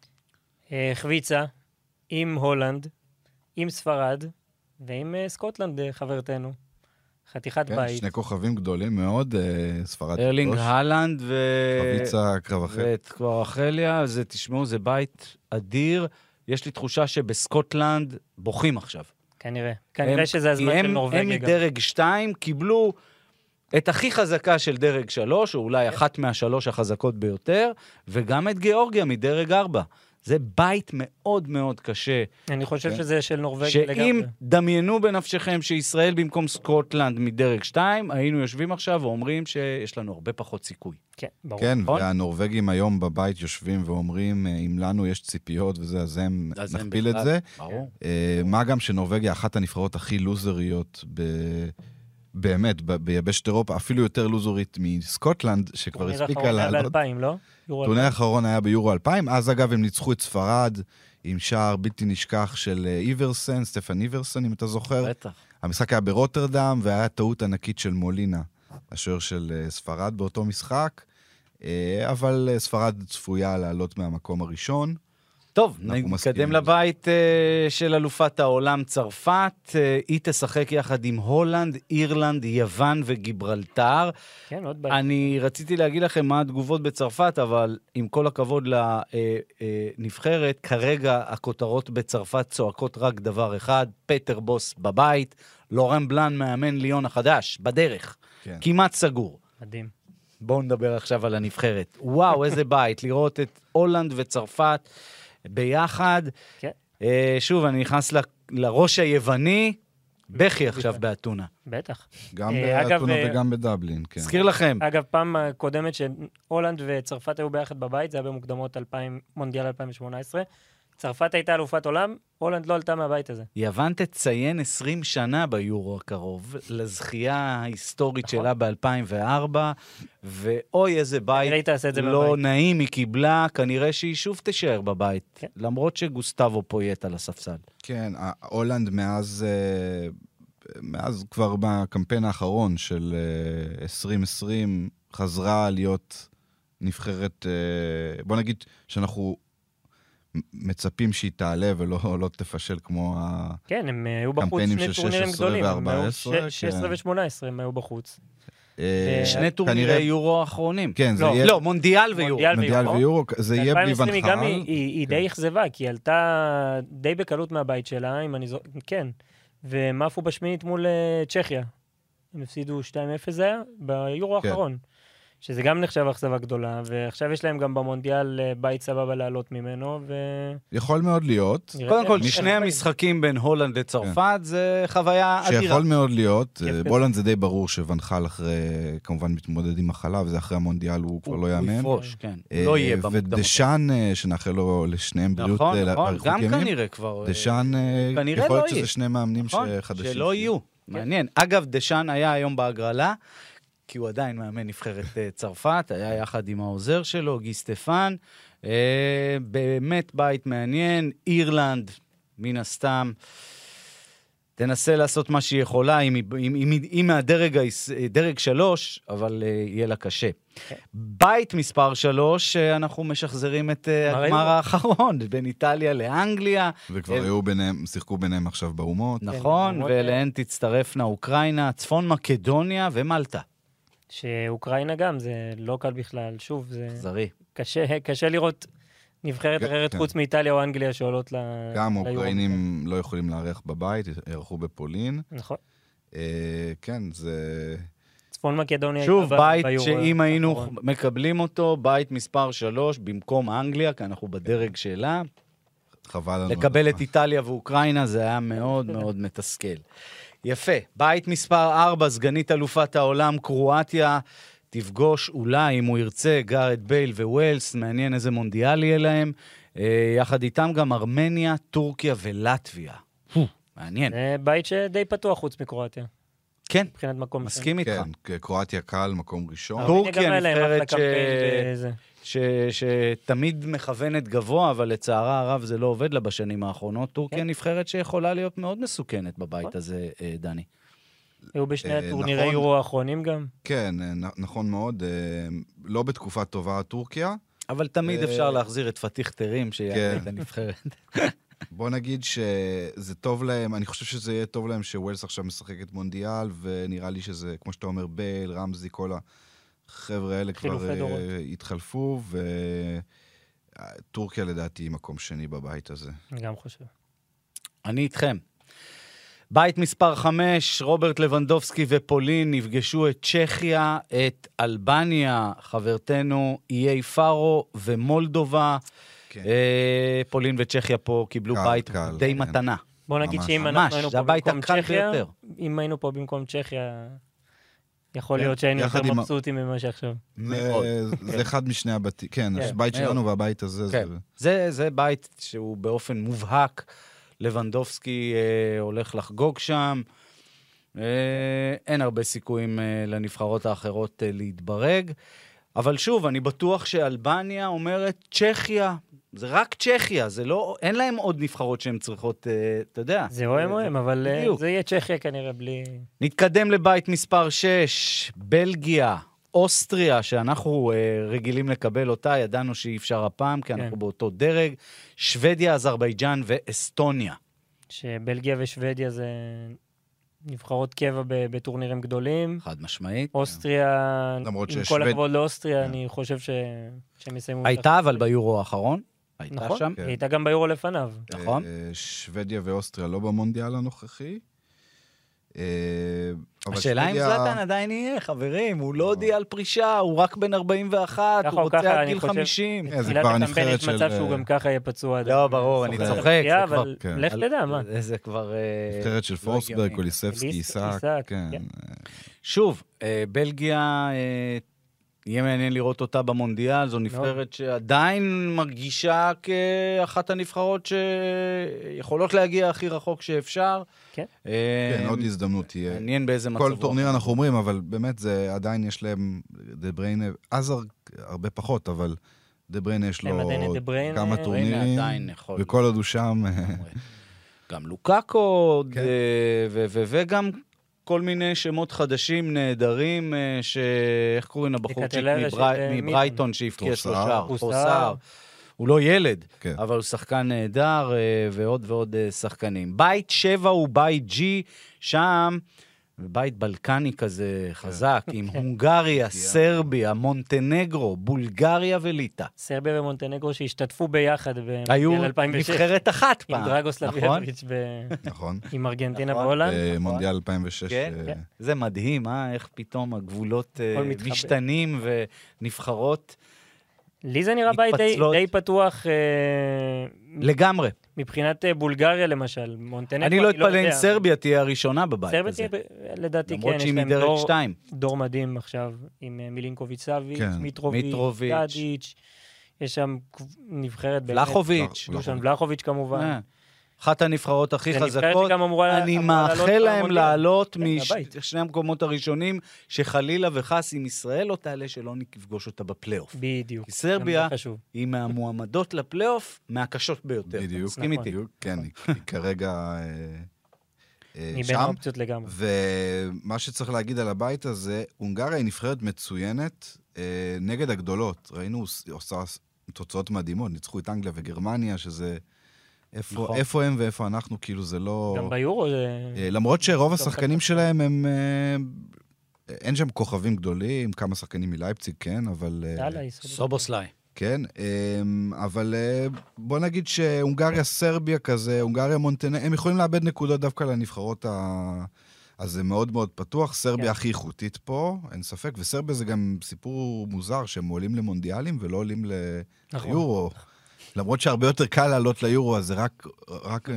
חביצה. עם הולנד, עם ספרד, ועם סקוטלנד, חברתנו. חתיכת בית. שני כוכבים גדולים מאוד, ספרד. ארלינג הלנד חביצה קרבחליה. ואת קרבחליה, תשמעו, זה בית אדיר. יש לי תחושה שבסקוטלנד בוכים עכשיו. כנראה שזה הזמן של נורווגיה. הם מדרג 2 קיבלו את הכי חזקה של דרג 3, או אולי אחת מהשלוש החזקות ביותר, וגם את גיאורגיה מדרג 4. זה בית מאוד מאוד קשה. אני חושב שזה של נורווגיה לגמרי. שאם דמיינו בנפשכם שישראל במקום סקוטלנד מדרג 2, היינו יושבים עכשיו ואומרים שיש לנו הרבה פחות סיכוי. כן, ברור. כן, והנורווגים היום בבית יושבים ואומרים, אם לנו יש ציפיות וזה, אז הם נכפיל את זה. ברור. מה גם שנורווגיה אחת הנבחרות הכי לוזריות באמת, ביבשת אירופה, אפילו יותר לוזורית מסקוטלנד, שכבר הספיקה לעלות. טורניר ב-2000, לא? טורניר האחרון היה ביורו 2000, אז אגב הם ניצחו את ספרד, עם שער בלתי נשכח של איברסן, סטפן איברסן, אם אתה זוכר. בטח. המשחק היה ברוטרדם, והיה טעות ענקית של מולינה, השוער של ספרד באותו משחק, אבל ספרד צפויה לעלות מהמקום הראשון. טוב, נתקדם לבית של אלופת העולם צרפת. היא תשחק יחד עם הולנד, אירלנד, יוון וגיברלטר. כן, עוד בית. אני רציתי להגיד לכם מה התגובות בצרפת, אבל עם כל הכבוד לנבחרת, כרגע הכותרות בצרפת צועקות רק דבר אחד, פטר בוס בבית, לורן בלן מאמן ליון החדש, בדרך. כן. כמעט סגור. מדהים. בואו נדבר עכשיו על הנבחרת. וואו, איזה בית, לראות את הולנד וצרפת ביחד. כן. שוב, אני נכנס לראש היווני, בכי עכשיו באתונה. בטח. גם באתונה וגם בדבלין, כן. אזכיר לכם. אגב, פעם קודמת שהולנד וצרפת היו ביחד בבית, זה היה במוקדמות מונדיאל 2018. צרפת הייתה אלופת עולם, הולנד לא עלתה מהבית הזה. יוון תציין 20 שנה ביורו הקרוב, לזכייה ההיסטורית שלה ב-2004, ואוי איזה בית לא נעים היא קיבלה, כנראה שהיא שוב תישאר בבית, למרות שגוסטבו פויט על הספסל. כן, הולנד מאז כבר בקמפיין האחרון של 2020, חזרה להיות נבחרת, בוא נגיד שאנחנו מצפים שהיא תעלה ולא תפשל כמו כן, הם היו בחוץ שני טורנירים גדולים. 16 ו-18 הם היו בחוץ. שני טורנירי יורו האחרונים. כן, זה יהיה... לא, מונדיאל ויורו. מונדיאל ויורו, זה יהיה בלי ונחל. גם היא די אכזבה, כי היא עלתה די בקלות מהבית שלה, כן, והם עפו בשמינית מול צ'כיה. הם הפסידו 2-0 זה היה ביורו האחרון. שזה גם נחשב אכזבה גדולה, ועכשיו יש להם גם במונדיאל בית סבבה לעלות ממנו, יכול מאוד להיות. קודם כל, שני המשחקים בין הולנד לצרפת, זה חוויה אדירה. שיכול מאוד להיות. בהולנד זה די ברור שונחל אחרי, כמובן מתמודד עם מחלה, וזה אחרי המונדיאל הוא כבר לא יאמן. הוא יפרוש, כן. לא יהיה במוקדמות. ודשן, שנאחל לו לשניהם בריאות לאריכות ימים. גם כנראה כבר. דשן, יכול להיות שזה שני מאמנים חדשים. שלא יהיו. מעניין. אגב, דשן היה היום בהגרלה, כי הוא עדיין מאמן נבחרת צרפת, היה יחד עם העוזר שלו, גי סטפן, באמת בית מעניין, אירלנד, מן הסתם, תנסה לעשות מה שהיא יכולה, אם מהדרג 3, אבל יהיה לה קשה. בית מספר 3, אנחנו משחזרים את הגמר האחרון, בין איטליה לאנגליה. וכבר שיחקו ביניהם עכשיו באומות. נכון, ואליהן תצטרפנה אוקראינה, צפון מקדוניה ומלטה. שאוקראינה גם, זה לא קל בכלל. שוב, זה זרי. קשה לראות נבחרת אחרת חוץ מאיטליה או אנגליה שעולות ליורום. גם אוקראינים לא יכולים לארח בבית, יערכו בפולין. נכון. כן, זה... צפון מקדוניה... שוב, בית שאם היינו מקבלים אותו, בית מספר 3, במקום אנגליה, כי אנחנו בדרג שלה. חבל לנו. לקבל את איטליה ואוקראינה, זה היה מאוד מאוד מתסכל. יפה. בית מספר 4, סגנית אלופת העולם, קרואטיה, תפגוש אולי, אם הוא ירצה, גארד בייל וווילס, מעניין איזה מונדיאל יהיה להם. יחד איתם גם ארמניה, טורקיה ולטביה. מעניין. בית שדי פתוח חוץ מקרואטיה. כן, מבחינת מקום. מסכים איתך. כן, קרואטיה קל, מקום ראשון. טורקיה נבחרת שתמיד מכוונת גבוה, אבל לצערה הרב זה לא עובד לה בשנים האחרונות. טורקיה נבחרת שיכולה להיות מאוד מסוכנת בבית הזה, דני. היו בשני הטורנירי יורו האחרונים גם. כן, נכון מאוד. לא בתקופה טובה טורקיה. אבל תמיד אפשר להחזיר את פתיח תרים שיהיה את הנבחרת. בוא נגיד שזה טוב להם, אני חושב שזה יהיה טוב להם שווילס עכשיו משחקת מונדיאל, ונראה לי שזה, כמו שאתה אומר, בייל, רמזי, כל החבר'ה האלה כבר התחלפו, וטורקיה לדעתי היא מקום שני בבית הזה. אני גם חושב. אני איתכם. בית מספר 5, רוברט לבנדובסקי ופולין נפגשו את צ'כיה, את אלבניה, חברתנו איי פארו ומולדובה. כן. פולין וצ'כיה פה קיבלו בית די מתנה. בוא נגיד שאם אנחנו היינו פה במקום צ'כיה, אם היינו פה במקום צ'כיה, יכול להיות שהיינו יותר מבסוטים ממה שעכשיו. זה אחד משני הבתים, כן, הבית שלנו והבית הזה. זה בית שהוא באופן מובהק, לבנדובסקי הולך לחגוג שם, אין הרבה סיכויים לנבחרות האחרות להתברג, אבל שוב, אני בטוח שאלבניה אומרת צ'כיה, זה רק צ'כיה, זה לא, אין להם עוד נבחרות שהן צריכות, אתה יודע. זה או הם, אבל זה יהיה צ'כיה כנראה בלי... נתקדם לבית מספר 6, בלגיה, אוסטריה, שאנחנו רגילים לקבל אותה, ידענו שאי אפשר הפעם, כי אנחנו באותו דרג, שוודיה, אזרבייג'אן ואסטוניה. שבלגיה ושוודיה זה נבחרות קבע בטורנירים גדולים. חד משמעית. אוסטריה, עם כל הכבוד לאוסטריה, אני חושב שהם יסיימו... הייתה אבל ביורו האחרון. הייתה שם. היא הייתה גם ביורו לפניו. נכון. שוודיה ואוסטריה לא במונדיאל הנוכחי. השאלה אם זלאטן עדיין יהיה, חברים, הוא לא הודיע על פרישה, הוא רק בן 41, הוא רוצה עד גיל 50. זה כבר הנבחרת של... יש מצב שהוא גם ככה יהיה פצוע. לא, ברור, אני צוחק. אבל לך תדע, מה? זה כבר... נבחרת של פורסברג, קוליסבסקי, איסק. שוב, בלגיה... יהיה מעניין לראות אותה במונדיאל, זו נבחרת שעדיין מרגישה כאחת הנבחרות שיכולות להגיע הכי רחוק שאפשר. כן. כן, עוד הזדמנות תהיה. מעניין באיזה מצב. כל טורניר אנחנו אומרים, אבל באמת זה עדיין יש להם, דה בריינה, עזר הרבה פחות, אבל דה בריינה יש לו כמה טורנירים, וכל עוד הוא שם. גם לוקאקו, וגם... כל מיני שמות חדשים נהדרים, איך קוראים הבחורצ'יק מברייטון שהפקיע 3 שער. הוא לא ילד, אבל הוא שחקן נהדר, ועוד ועוד שחקנים. בית 7 הוא בית G, שם, בית בלקני כזה חזק, עם הונגריה, סרביה, מונטנגרו, בולגריה וליטה. סרביה ומונטנגרו שהשתתפו ביחד היו נבחרת אחת פעם. עם דרגוסלביאביץ' עם ארגנטינה והולנד. מונדיאל 2006. זה מדהים, איך פתאום הגבולות משתנים ונבחרות. לי זה נראה בית די פתוח. לגמרי. מבחינת בולגריה למשל, מונטנגרו... אני לא אתפלא אם סרביה תהיה הראשונה בבית הזה. סרביה תהיה, לדעתי כן, למרות שהיא מדרג 2. דור מדהים עכשיו, עם מילינקוביץ' סאביץ', מיטרוביץ', דאדיץ', יש שם נבחרת... ולחוביץ'. ולחוביץ' כמובן. אחת הנבחרות הכי חזקות, אני מאחל להם לעלות משני המקומות הראשונים, שחלילה וחס עם ישראל לא תעלה שלא נפגוש אותה בפלייאוף. בדיוק. כי סרביה היא מהמועמדות לפלייאוף, מהקשות ביותר. בדיוק. מסכים איתי. כן, היא כרגע מבין האופציות לגמרי. ומה שצריך להגיד על הבית הזה, הונגריה היא נבחרת מצוינת נגד הגדולות. ראינו, עושה תוצאות מדהימות, ניצחו את אנגליה וגרמניה, שזה... איפה הם ואיפה אנחנו, כאילו זה לא... גם ביורו זה... למרות שרוב השחקנים שלהם הם... אין שם כוכבים גדולים, כמה שחקנים מלייפציג, כן, אבל... סובוסליי. כן, אבל בוא נגיד שהונגריה, סרביה כזה, הונגריה, מונטנגרו, הם יכולים לאבד נקודות דווקא לנבחרות אז זה מאוד מאוד פתוח, סרביה הכי איכותית פה, אין ספק, וסרביה זה גם סיפור מוזר, שהם עולים למונדיאלים ולא עולים ליורו. למרות שהרבה יותר קל לעלות ליורו, אז זה רק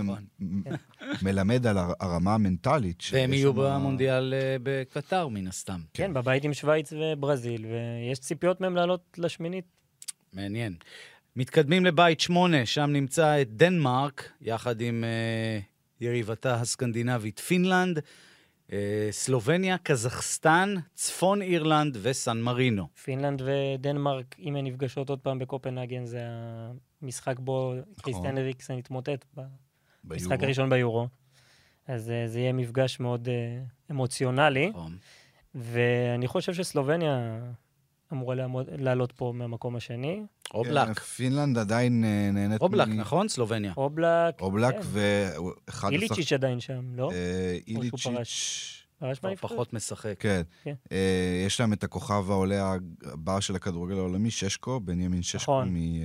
מלמד על הרמה המנטלית. והם יהיו במונדיאל בקטר, מן הסתם. כן, בבית עם שוויץ וברזיל, ויש ציפיות מהם לעלות לשמינית. מעניין. מתקדמים לבית 8, שם נמצא את דנמרק, יחד עם יריבתה הסקנדינבית פינלנד, סלובניה, קזחסטן, צפון אירלנד וסן מרינו. פינלנד ודנמרק, אם הן נפגשות עוד פעם בקופנהגן, זה המשחק בו קריסטיאן אריקסן התמוטט במשחק הראשון ביורו. אז זה יהיה מפגש מאוד אמוציונלי. ואני חושב שסלובניה אמורה לעלות פה מהמקום השני. אובלק. פינלנד עדיין נהנית... אובלק, נכון? סלובניה. אובלק איליצ'יץ' עדיין שם, לא? איליצ'יץ' פחות משחק. כן. יש להם את הכוכב העולה הבא של הכדורגל העולמי, ששקו, בנימין ששקו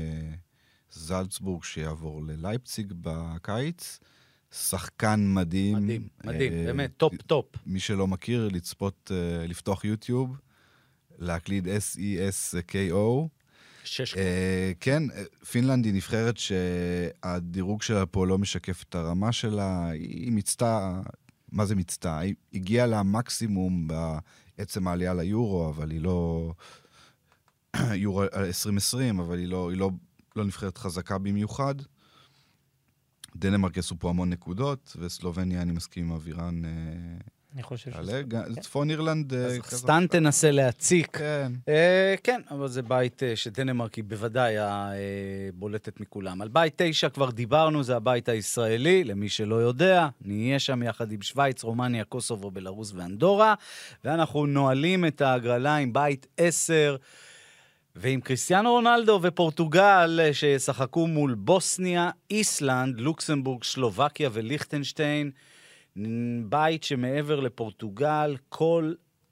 מזלצבורג, שיעבור ללייפציג בקיץ. שחקן מדהים. מדהים, מדהים, באמת, טופ. מי שלא מכיר, לצפות, לפתוח יוטיוב, להקליד SESKO. כן, פינלנד היא נבחרת שהדירוג שלה פה לא משקף את הרמה שלה, היא מצטה, מה זה מצטה? היא הגיעה למקסימום בעצם העלייה ליורו, אבל היא לא, יורו 2020, אבל היא לא נבחרת חזקה במיוחד. דנמרק יעשו פה המון נקודות, וסלובניה, אני מסכים עם אווירן... אני חושב צפון אירלנד... קזחסטן תנסה להציק. כן. כן, אבל זה בית שדנמרק היא בוודאי הבולטת מכולם. על בית 9 כבר דיברנו, זה הבית הישראלי, למי שלא יודע. נהיה שם יחד עם שוויץ, רומניה, קוסובו, בלרוס ואנדורה, ואנחנו נועלים את ההגרלה עם בית 10, ועם קריסטיאנו רונלדו ופורטוגל ששחקו מול בוסניה, איסלנד, לוקסמבורג, סלובקיה וליכטנשטיין. בית שמעבר לפורטוגל, כל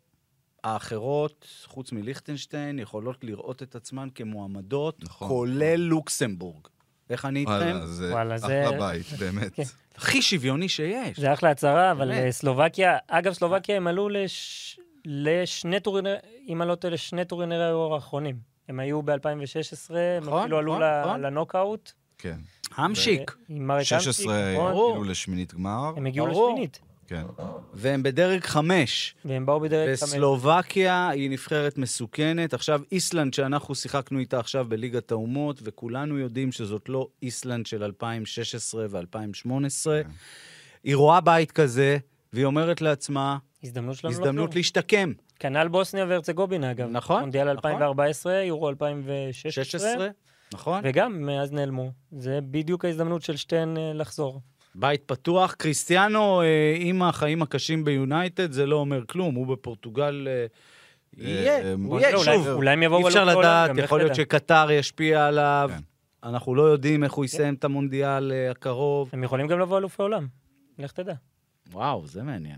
האחרות, חוץ מליכטנשטיין, יכולות לראות את עצמן כמועמדות, כולל לוקסמבורג. איך אני איתכם? זה אחלה בית, באמת. הכי שוויוני שיש. זה אחלה הצהרה, אבל סלובקיה, אגב, סלובקיה הם עלו לשני טורנירי האירו האחרונים. הם היו ב-2016, הם אפילו עלו לנוקאוט. כן. המשיק. 16 הגיעו לשמינית גמר. הם הגיעו לשמינית. כן. והם בדרג 5. והם באו בדרג 5. וסלובקיה היא נבחרת מסוכנת. עכשיו איסלנד שאנחנו שיחקנו איתה עכשיו בליגת האומות, וכולנו יודעים שזאת לא איסלנד של 2016 ו-2018. היא רואה בית כזה, והיא אומרת לעצמה, הזדמנות להשתקם. כנ"ל בוסניה והרצגובינה, אגב. נכון. מונדיאל 2014, יורו 2016. נכון. וגם מאז נעלמו. זה בדיוק ההזדמנות של שתיהן לחזור. בית פתוח. קריסטיאנו, עם החיים הקשים ביונייטד, זה לא אומר כלום. הוא בפורטוגל יהיה. שוב, אולי הם יבואו אי אפשר לדעת, יכול להיות שקטר ישפיע עליו. אנחנו לא יודעים איך הוא יסיים את המונדיאל הקרוב. הם יכולים גם לבוא אלופי עולם. לך תדע. וואו, זה מעניין.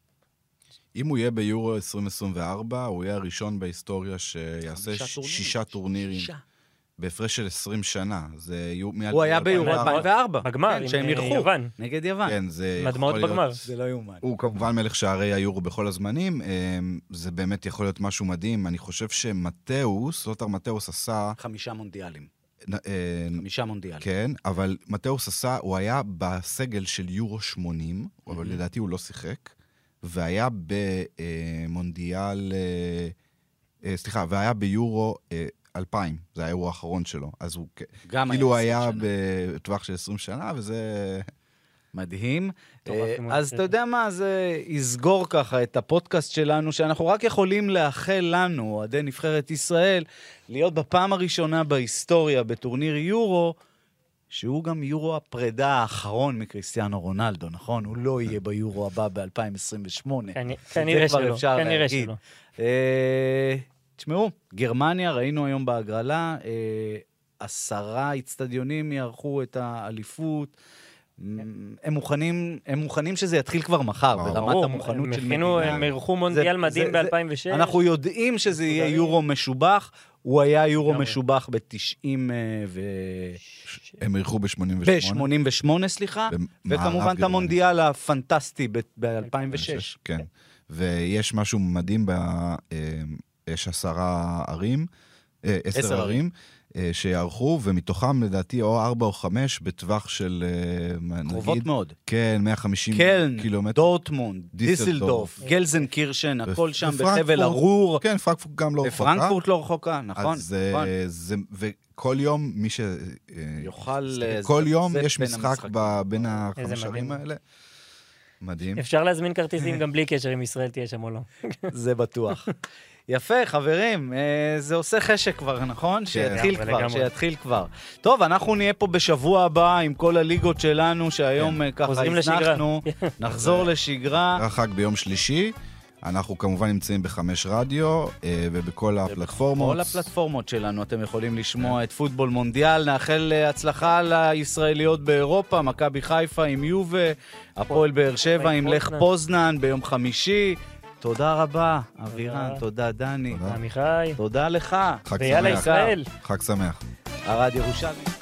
אם הוא יהיה ביורו 2024, הוא יהיה הראשון בהיסטוריה שיעשה 6 טורנירים. בהפרש של 20 שנה. הוא היה ביורו 2004. בגמר, שהם אירחו. יוון. נגד יוון. כן, זה מדמעות בגמר. זה לא יומן. הוא כמובן מלך שערי היורו בכל הזמנים. זה באמת יכול להיות משהו מדהים. אני חושב שמתאוס, לוטר מתאוס עשה... 5 מונדיאלים. 5 מונדיאלים. כן, אבל מתאוס עשה, הוא היה בסגל של יורו 80, אבל לדעתי הוא לא שיחק, והיה במונדיאל... סליחה, והיה ביורו 2000, זה היה האירוע האחרון שלו. אז הוא כאילו היה בטווח של 20 שנה, וזה... מדהים. אז אתה יודע מה, זה יסגור ככה את הפודקאסט שלנו, שאנחנו רק יכולים לאחל לנו, עדי נבחרת ישראל, להיות בפעם הראשונה בהיסטוריה בטורניר יורו, שהוא גם יורו הפרידה האחרון מקריסטיאנו רונלדו, נכון? הוא לא יהיה ביורו הבא ב-2028. כנראה שלא, כנראה שלא. תשמעו, גרמניה, ראינו היום בהגרלה, 10 אצטדיונים יערכו את האליפות, הם מוכנים שזה יתחיל כבר מחר, ברמת המוכנות של מדינה. הם ערכו מונדיאל מדהים ב-2006. אנחנו יודעים שזה יהיה יורו משובח, הוא היה יורו משובח ב-90 הם ערכו ב-88, סליחה, וכמובן את המונדיאל הפנטסטי ב-2006. כן, ויש משהו מדהים, יש 10 ערים, 10 ערים, שיערכו, ומתוכם לדעתי או 4 או 5 בטווח של קרובות מאוד. כן, 150 קילומטר. דורטמונד, דיסלדורף, גלזנקירשן, הכל שם בחבל ארור. כן, פרנקפורט גם לא רחוקה. פרנקפורט לא רחוקה, נכון. וכל יום, מי ש... יוכל... כל יום יש משחק בין 5 ערים האלה. מדהים. אפשר להזמין כרטיסים גם בלי קשר אם ישראל תהיה שם או לא. זה בטוח. יפה, חברים, זה עושה חשק כבר, נכון? שיתחיל כבר. טוב, אנחנו נהיה פה בשבוע הבא עם כל הליגות שלנו, שהיום ככה הזנחנו, נחזור לשגרה. רחק ביום שלישי, אנחנו כמובן נמצאים ב5 רדיו, ובכל הפלטפורמות. בכל הפלטפורמות שלנו אתם יכולים לשמוע את פוטבול מונדיאל, נאחל הצלחה לישראליות באירופה, מכבי חיפה עם יובה, הפועל באר שבע עם לך פוזנן ביום חמישי, תודה רבה, אבירן, תודה דני. תודה מיכאי. תודה לך. חג ויאללה ישראל. חג שמח. ערד ירושלים.